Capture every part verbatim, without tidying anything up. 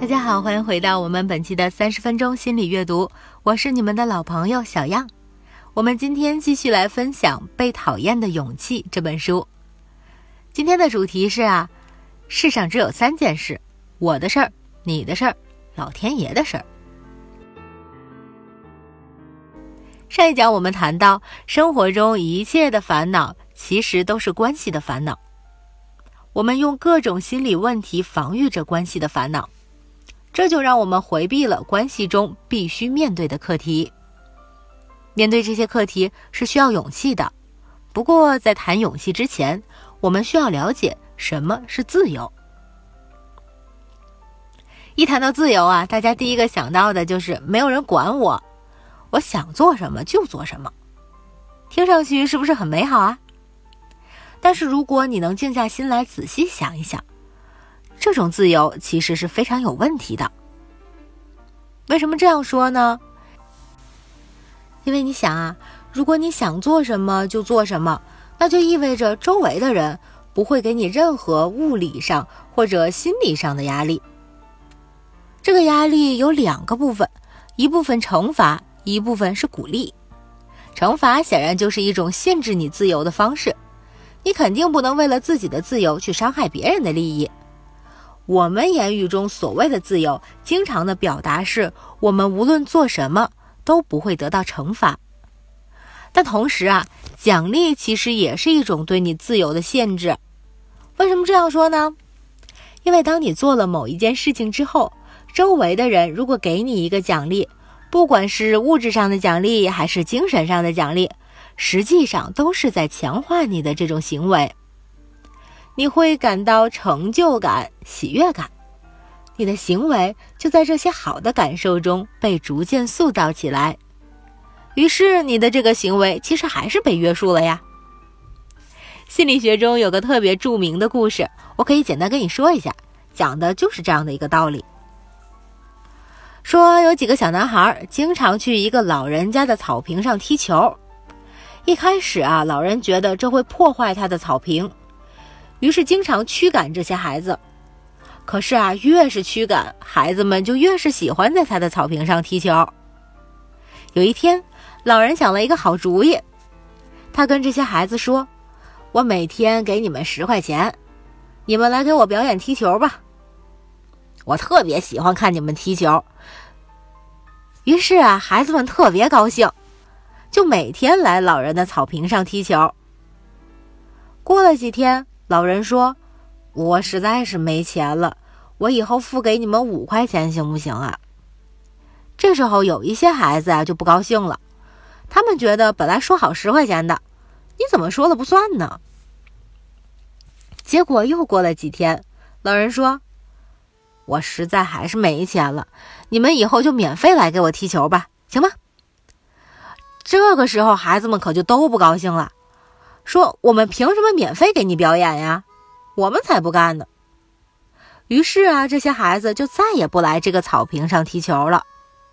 大家好，欢迎回到我们本期的三十分钟心理阅读，我是你们的老朋友小样。我们今天继续来分享《被讨厌的勇气》这本书。今天的主题是啊，世上只有三件事：我的事儿、你的事儿、老天爷的事儿。上一讲我们谈到，生活中一切的烦恼其实都是关系的烦恼。我们用各种心理问题防御着关系的烦恼，这就让我们回避了关系中必须面对的课题。面对这些课题是需要勇气的，不过在谈勇气之前，我们需要了解什么是自由。一谈到自由啊，大家第一个想到的就是没有人管我，我想做什么就做什么。听上去是不是很美好啊？但是如果你能静下心来仔细想一想，这种自由其实是非常有问题的。为什么这样说呢？因为你想啊，如果你想做什么就做什么，那就意味着周围的人不会给你任何物理上或者心理上的压力。这个压力有两个部分，一部分惩罚，一部分是鼓励。惩罚显然就是一种限制你自由的方式，你肯定不能为了自己的自由去伤害别人的利益。我们言语中所谓的自由，经常的表达是我们无论做什么都不会得到惩罚。但同时啊，奖励其实也是一种对你自由的限制。为什么这样说呢？因为当你做了某一件事情之后，周围的人如果给你一个奖励，不管是物质上的奖励还是精神上的奖励，实际上都是在强化你的这种行为。你会感到成就感、喜悦感，你的行为就在这些好的感受中被逐渐塑造起来，于是你的这个行为其实还是被约束了呀。心理学中有个特别著名的故事，我可以简单跟你说一下，讲的就是这样的一个道理。说有几个小男孩经常去一个老人家的草坪上踢球，一开始啊，老人觉得这会破坏他的草坪，于是经常驱赶这些孩子。可是啊，越是驱赶，孩子们就越是喜欢在他的草坪上踢球。有一天，老人想了一个好主意，他跟这些孩子说，我每天给你们十块钱，你们来给我表演踢球吧。我特别喜欢看你们踢球。于是啊，孩子们特别高兴，就每天来老人的草坪上踢球。过了几天，老人说，我实在是没钱了，我以后付给你们五块钱行不行啊？这时候有一些孩子啊就不高兴了，他们觉得本来说好十块钱的，你怎么说了不算呢？结果又过了几天，老人说，我实在还是没钱了，你们以后就免费来给我踢球吧，行吗？这个时候孩子们可就都不高兴了，说我们凭什么免费给你表演呀？我们才不干呢。于是啊，这些孩子就再也不来这个草坪上踢球了。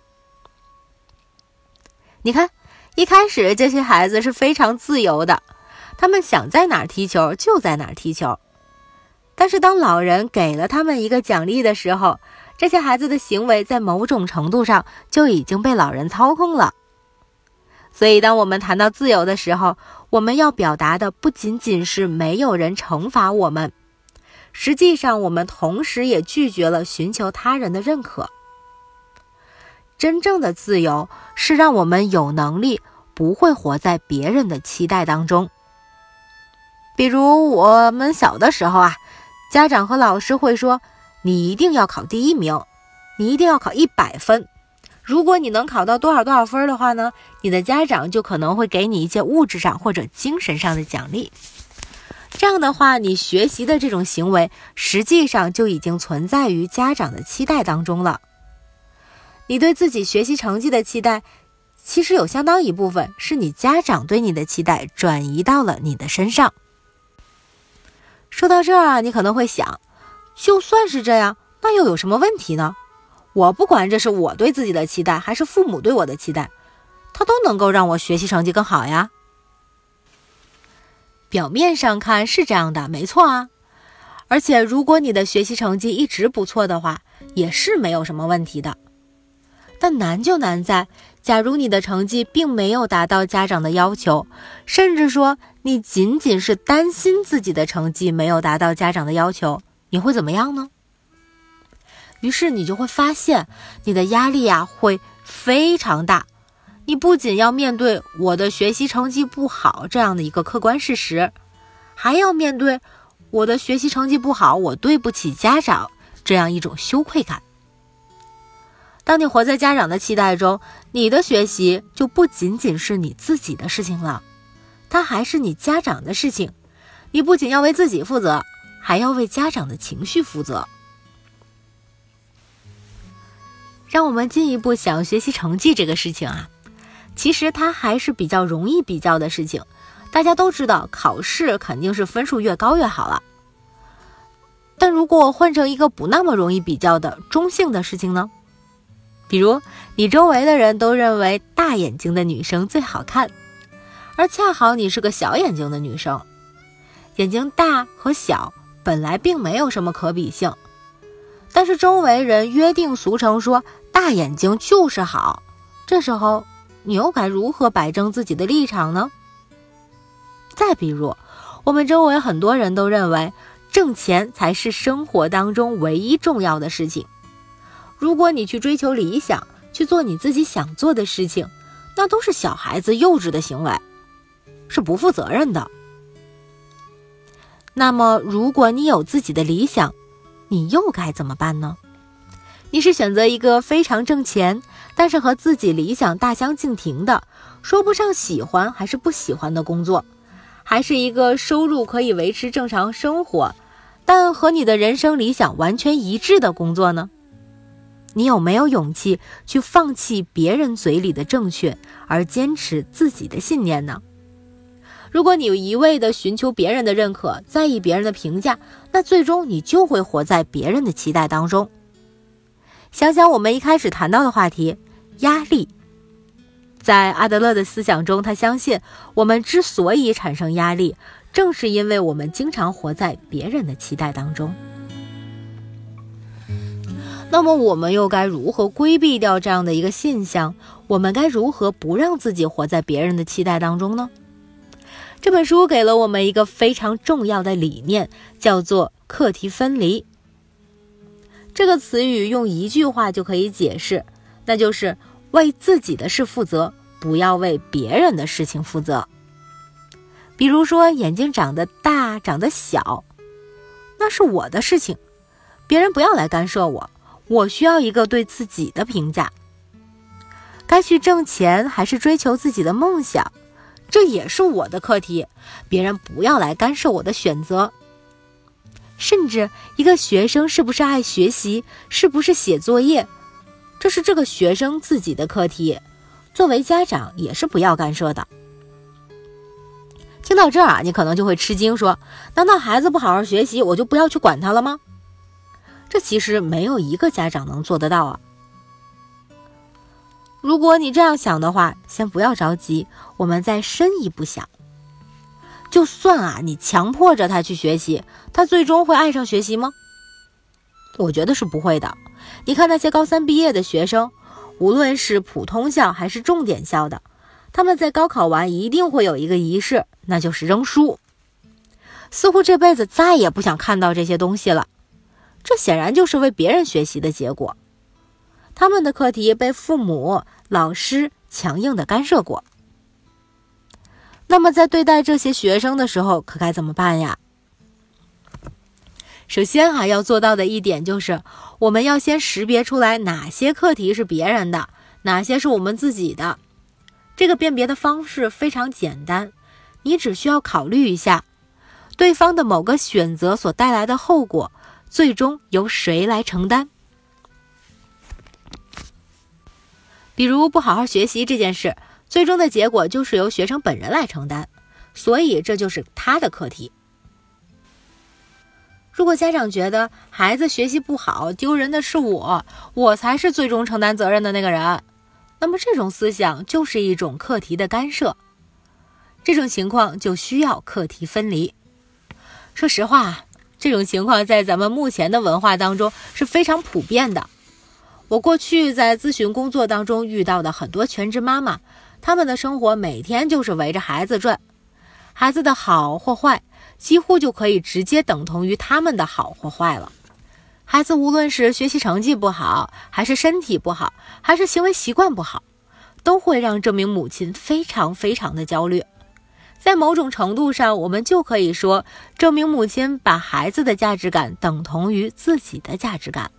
你看，一开始这些孩子是非常自由的，他们想在哪儿踢球就在哪儿踢球。但是当老人给了他们一个奖励的时候，这些孩子的行为在某种程度上就已经被老人操控了。所以当我们谈到自由的时候，我们要表达的不仅仅是没有人惩罚我们，实际上我们同时也拒绝了寻求他人的认可。真正的自由是让我们有能力不会活在别人的期待当中。比如我们小的时候啊，家长和老师会说，你一定要考第一名，你一定要考一百分。如果你能考到多少多少分的话呢，你的家长就可能会给你一些物质上或者精神上的奖励。这样的话，你学习的这种行为实际上就已经存在于家长的期待当中了。你对自己学习成绩的期待，其实有相当一部分是你家长对你的期待转移到了你的身上。说到这儿啊，你可能会想，就算是这样，那又有什么问题呢？我不管这是我对自己的期待还是父母对我的期待，它都能够让我学习成绩更好呀。表面上看是这样的，没错啊。而且如果你的学习成绩一直不错的话， 也是没有什么问题的。但难就难在，假如你的成绩并没有达到家长的要求，甚至说你仅仅是担心自己的成绩没有达到家长的要求，你会怎么样呢？于是你就会发现，你的压力啊会非常大。你不仅要面对我的学习成绩不好这样的一个客观事实，还要面对我的学习成绩不好，我对不起家长这样一种羞愧感。当你活在家长的期待中，你的学习就不仅仅是你自己的事情了，它还是你家长的事情。你不仅要为自己负责，还要为家长的情绪负责。让我们进一步想学习成绩这个事情啊，其实它还是比较容易比较的事情。大家都知道，考试肯定是分数越高越好了。但如果换成一个不那么容易比较的中性的事情呢？比如你周围的人都认为大眼睛的女生最好看，而恰好你是个小眼睛的女生。眼睛大和小本来并没有什么可比性，但是周围人约定俗成说大眼睛就是好，这时候你又该如何摆正自己的立场呢？再比如，我们周围很多人都认为挣钱才是生活当中唯一重要的事情。如果你去追求理想，去做你自己想做的事情，那都是小孩子幼稚的行为，是不负责任的。那么如果你有自己的理想，你又该怎么办呢？你是选择一个非常挣钱，但是和自己理想大相径庭的，说不上喜欢还是不喜欢的工作，还是一个收入可以维持正常生活，但和你的人生理想完全一致的工作呢？你有没有勇气去放弃别人嘴里的正确，而坚持自己的信念呢？如果你一味地寻求别人的认可，在意别人的评价，那最终你就会活在别人的期待当中。想想我们一开始谈到的话题，压力。在阿德勒的思想中，他相信我们之所以产生压力，正是因为我们经常活在别人的期待当中。那么我们又该如何规避掉这样的一个现象？我们该如何不让自己活在别人的期待当中呢？这本书给了我们一个非常重要的理念，叫做课题分离。这个词语用一句话就可以解释，那就是为自己的事负责，不要为别人的事情负责。比如说眼睛长得大长得小，那是我的事情，别人不要来干涉我，我需要一个对自己的评价。该去挣钱还是追求自己的梦想，这也是我的课题，别人不要来干涉我的选择。甚至一个学生是不是爱学习，是不是写作业，这是这个学生自己的课题，作为家长也是不要干涉的。听到这儿啊，你可能就会吃惊，说难道孩子不好好学习，我就不要去管他了吗？这其实没有一个家长能做得到啊。如果你这样想的话，先不要着急，我们再深一步想。就算啊，你强迫着他去学习，他最终会爱上学习吗？我觉得是不会的。你看那些高三毕业的学生，无论是普通校还是重点校的，他们在高考完一定会有一个仪式，那就是扔书。似乎这辈子再也不想看到这些东西了。这显然就是为别人学习的结果。他们的课题被父母、老师强硬的干涉过。那么在对待这些学生的时候，可该怎么办呀？首先啊，要做到的一点就是，我们要先识别出来哪些课题是别人的，哪些是我们自己的。这个辨别的方式非常简单，你只需要考虑一下，对方的某个选择所带来的后果，最终由谁来承担？比如不好好学习这件事，最终的结果就是由学生本人来承担，所以这就是他的课题。如果家长觉得孩子学习不好，丢人的是我，我才是最终承担责任的那个人，那么这种思想就是一种课题的干涉。这种情况就需要课题分离。说实话， 这种情况在咱们目前的文化当中是非常普遍的。我过去在咨询工作当中遇到的很多全职妈妈，她们的生活每天就是围着孩子转，孩子的好或坏几乎就可以直接等同于他们的好或坏了。孩子无论是学习成绩不好，还是身体不好，还是行为习惯不好，都会让这名母亲非常非常的焦虑。在某种程度上，我们就可以说，这名母亲把孩子的价值感等同于自己的价值感。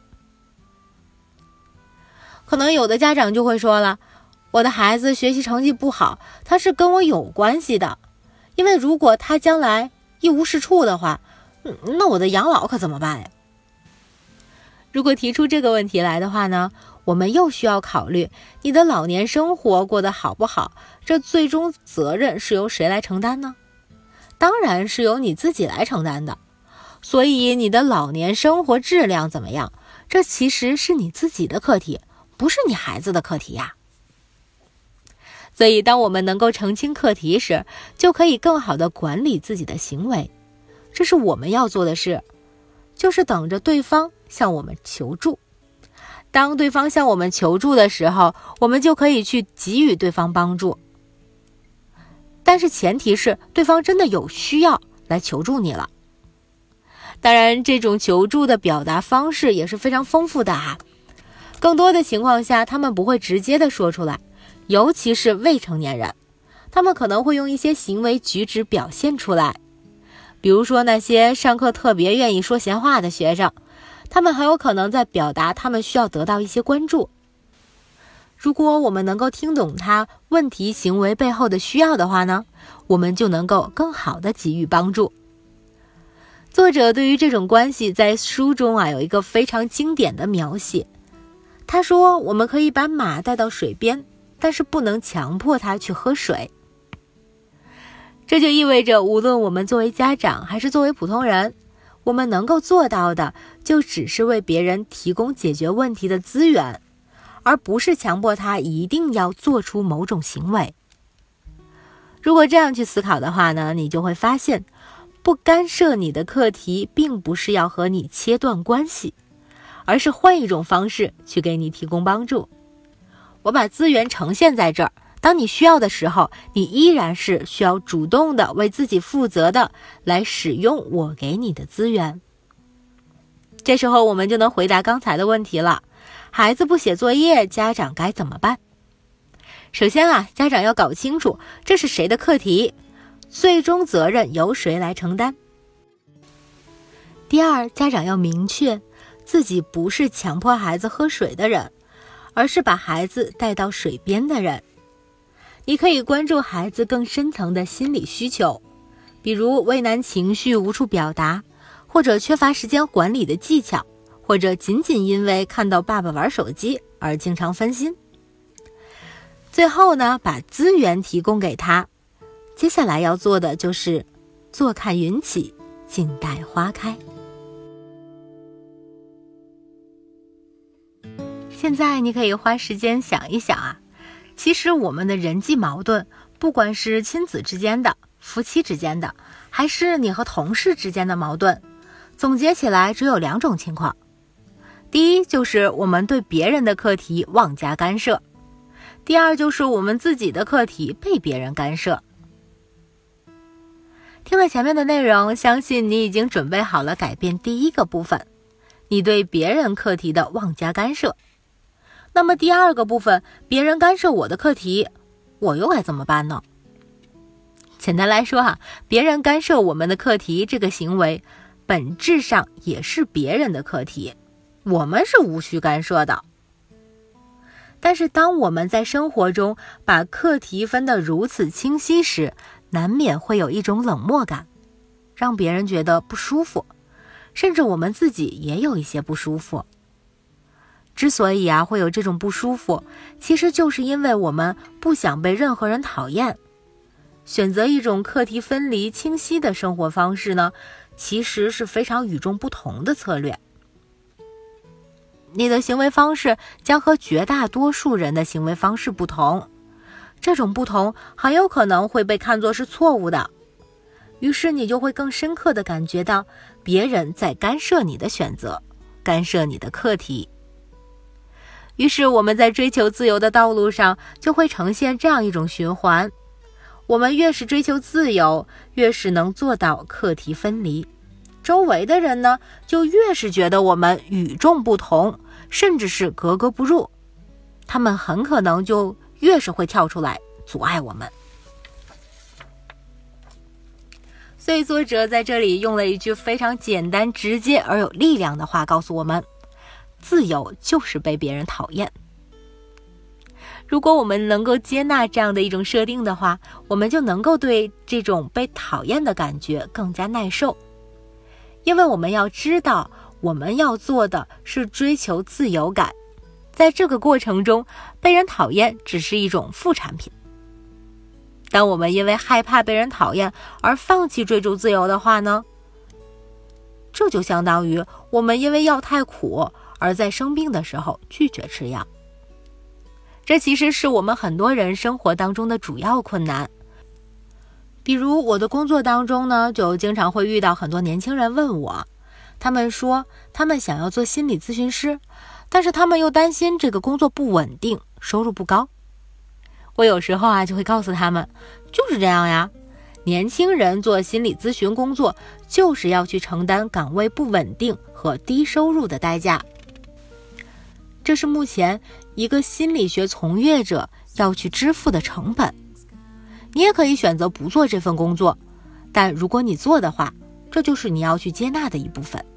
可能有的家长就会说了，我的孩子学习成绩不好，他是跟我有关系的，因为如果他将来一无是处的话，那我的养老可怎么办呀？如果提出这个问题来的话呢，我们又需要考虑你的老年生活过得好不好，这最终责任是由谁来承担呢？当然是由你自己来承担的。所以你的老年生活质量怎么样，这其实是你自己的课题，不是你孩子的课题呀。所以当我们能够澄清课题时，就可以更好地管理自己的行为。这是我们要做的事，就是等着对方向我们求助。当对方向我们求助的时候，我们就可以去给予对方帮助。但是前提是对方真的有需要来求助你了。当然，这种求助的表达方式也是非常丰富的啊。更多的情况下，他们不会直接的说出来，尤其是未成年人，他们可能会用一些行为举止表现出来。比如说那些上课特别愿意说闲话的学生，他们很有可能在表达他们需要得到一些关注。如果我们能够听懂他问题行为背后的需要的话呢，我们就能够更好的给予帮助。作者对于这种关系在书中啊有一个非常经典的描写。他说，我们可以把马带到水边，但是不能强迫它去喝水。这就意味着，无论我们作为家长还是作为普通人，我们能够做到的就只是为别人提供解决问题的资源，而不是强迫他一定要做出某种行为。如果这样去思考的话呢，你就会发现，不干涉你的课题并不是要和你切断关系，而是换一种方式去给你提供帮助。我把资源呈现在这儿，当你需要的时候，你依然是需要主动的为自己负责的来使用我给你的资源。这时候我们就能回答刚才的问题了，孩子不写作业，家长该怎么办？首先啊，家长要搞清楚这是谁的课题，最终责任由谁来承担。第二，家长要明确自己不是强迫孩子喝水的人，而是把孩子带到水边的人。你可以关注孩子更深层的心理需求，比如畏难情绪无处表达，或者缺乏时间管理的技巧，或者仅仅因为看到爸爸玩手机而经常分心。最后呢，把资源提供给他。接下来要做的就是坐看云起，静待花开。现在你可以花时间想一想啊，其实我们的人际矛盾，不管是亲子之间的、夫妻之间的，还是你和同事之间的矛盾，总结起来只有两种情况。第一，就是我们对别人的课题妄加干涉；第二，就是我们自己的课题被别人干涉。听了前面的内容，相信你已经准备好了改变第一个部分，你对别人课题的妄加干涉。那么第二个部分，别人干涉我的课题，我又该怎么办呢？简单来说哈，别人干涉我们的课题这个行为，本质上也是别人的课题，我们是无需干涉的。但是当我们在生活中把课题分得如此清晰时，难免会有一种冷漠感，让别人觉得不舒服，甚至我们自己也有一些不舒服。之所以啊会有这种不舒服，其实就是因为我们不想被任何人讨厌。选择一种课题分离清晰的生活方式呢，其实是非常与众不同的策略。你的行为方式将和绝大多数人的行为方式不同，这种不同很有可能会被看作是错误的，于是你就会更深刻地感觉到别人在干涉你的选择，干涉你的课题。于是我们在追求自由的道路上就会呈现这样一种循环，我们越是追求自由，越是能做到课题分离，周围的人呢，就越是觉得我们与众不同，甚至是格格不入，他们很可能就越是会跳出来阻碍我们。所以作者在这里用了一句非常简单直接而有力量的话告诉我们，自由就是被别人讨厌。如果我们能够接纳这样的一种设定的话，我们就能够对这种被讨厌的感觉更加耐受。因为我们要知道，我们要做的是追求自由感，在这个过程中，被人讨厌只是一种副产品。当我们因为害怕被人讨厌而放弃追逐自由的话呢，这就相当于我们因为药太苦而在生病的时候拒绝吃药。这其实是我们很多人生活当中的主要困难。比如我的工作当中呢，就经常会遇到很多年轻人问我，他们说他们想要做心理咨询师，但是他们又担心这个工作不稳定，收入不高。我有时候啊就会告诉他们，就是这样呀，年轻人做心理咨询工作就是要去承担岗位不稳定和低收入的代价。这是目前一个心理学从业者要去支付的成本。你也可以选择不做这份工作，但如果你做的话，这就是你要去接纳的一部分。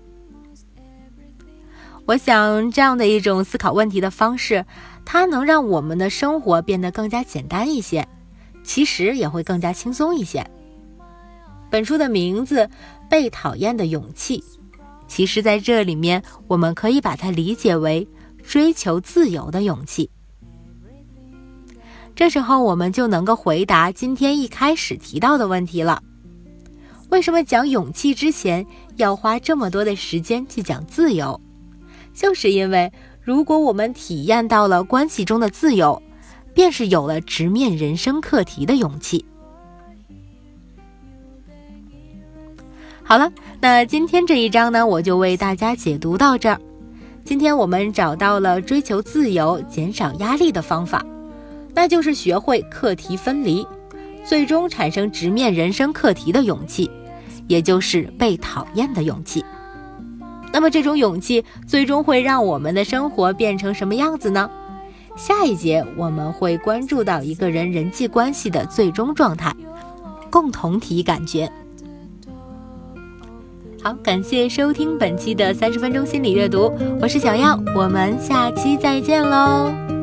我想这样的一种思考问题的方式，它能让我们的生活变得更加简单一些，其实也会更加轻松一些。本书的名字《被讨厌的勇气》，其实在这里面我们可以把它理解为追求自由的勇气。这时候我们就能够回答今天一开始提到的问题了。为什么讲勇气之前要花这么多的时间去讲自由？就是因为如果我们体验到了关系中的自由，便是有了直面人生课题的勇气。好了，那今天这一章呢，我就为大家解读到这儿。今天我们找到了追求自由、减少压力的方法，那就是学会课题分离，最终产生直面人生课题的勇气，也就是被讨厌的勇气。那么这种勇气最终会让我们的生活变成什么样子呢？下一节我们会关注到一个人人际关系的最终状态，共同体感觉。好，感谢收听本期的三十分钟心理阅读，我是小样，我们下期再见喽。